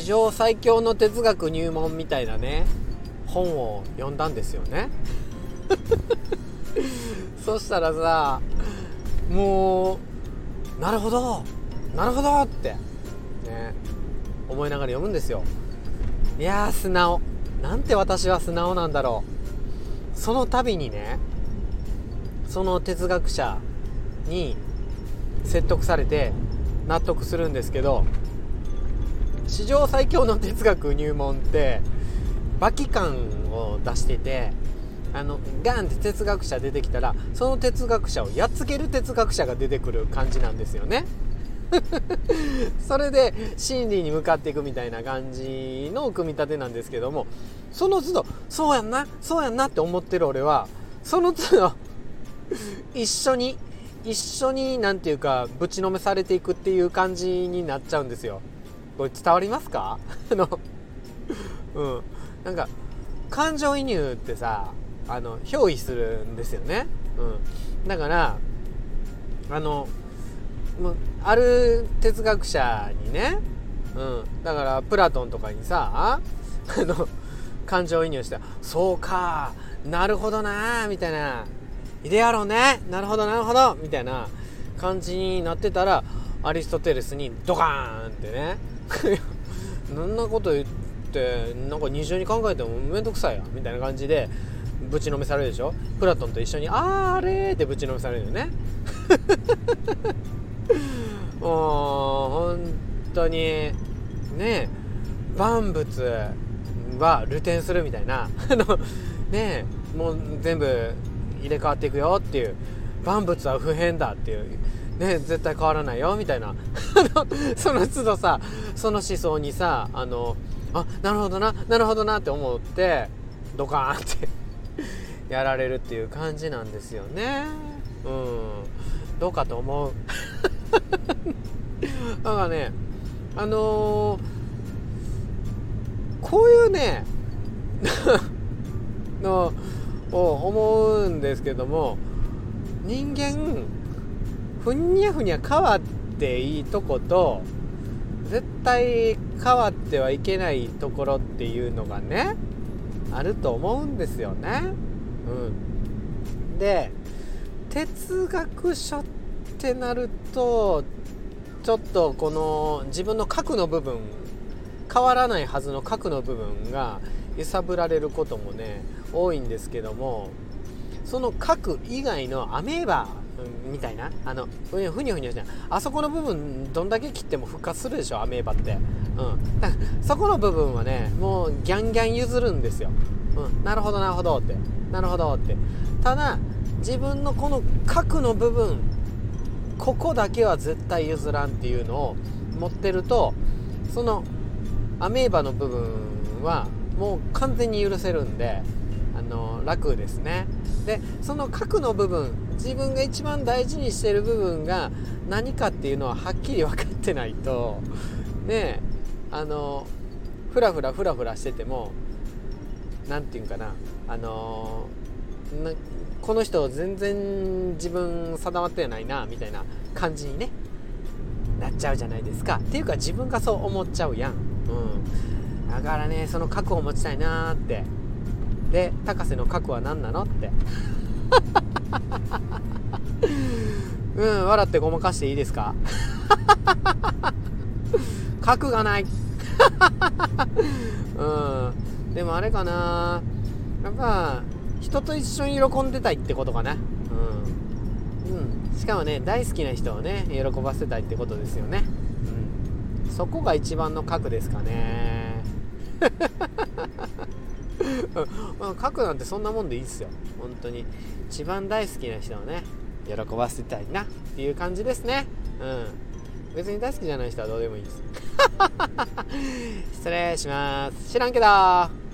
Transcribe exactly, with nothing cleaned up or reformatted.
上最強の哲学入門みたいなね本を読んだんですよねそしたらさ、もうなるほどなるほどってね思いながら読むんですよ。いやー素直、なんて私は素直なんだろう。その度にね、その哲学者に説得されて納得するんですけど、史上最強の哲学入門ってバキ感を出してて、あのガンって哲学者出てきたらその哲学者をやっつける哲学者が出てくる感じなんですよねそれで真理に向かっていくみたいな感じの組み立てなんですけども、その都度そうやんなそうやんなって思ってる俺はその都度一緒に一緒になんていうかぶちのめされていくっていう感じになっちゃうんですよ。これ伝わりますかあのうんなんか感情移入ってさ、あの憑依するんですよね。うんだからあのもうある哲学者にね、うん、だからプラトンとかにさ、あの感情移入してそうかなるほどなみたいな、イデアロンねなるほどなるほどみたいな感じになってたら、アリストテレスにドカーンってねそんなこと言ってなんか二重に考えてもめんどくさいやみたいな感じでぶちのめされるでしょ。プラトンと一緒にあーあれーってぶちのめされるよねもう本当にね、万物は流転するみたいなあのね、もう全部入れ替わっていくよっていう、万物は不変だっていうね、絶対変わらないよみたいなその都度さ、その思想にさ、あのあなるほどななるほどなって思ってドカーンってやられるっていう感じなんですよね。うんどうかと思うだからね、あのー、こういうねのを思うんですけども、人間ふにゃふにゃ変わっていいとこと絶対変わってはいけないところっていうのがねあると思うんですよね。うん、で哲学書ってなるとちょっとこの自分の核の部分、変わらないはずの核の部分が揺さぶられることもね多いんですけども、その核以外のアメーバみたいな、あのふにゃふにゃふにゃあそこの部分どんだけ切っても復活するでしょアメーバって、うん、だからそこの部分はねもうギャンギャン譲るんですよ、うん、なるほどなるほどってなるほどって。ただ自分のこの核の部分、ここだけは絶対譲らんっていうのを持ってると、そのアメーバの部分はもう完全に許せるんで、あの楽ですね。でその核の部分、自分が一番大事にしている部分が何かっていうのははっきり分かってないとね、あのフラフラフラフラしててもなんていうんかな、あのなこの人全然自分定まってないなみたいな感じにねなっちゃうじゃないですか。っていうか自分がそう思っちゃうやん、うん、だからねその核を持ちたいなーって。で高瀬の核は何なのってうん笑ってごまかしていいですか核がないうんでもあれかな、やっぱ人と一緒に喜んでたいってことかな。うん、うん、しかもね大好きな人をね喜ばせたいってことですよね。うん、そこが一番の核ですかね核なんてそんなもんでいいっすよ本当に。一番大好きな人をね喜ばせたいなっていう感じですね。うん別に大好きじゃない人はどうでもいいです失礼します。知らんけど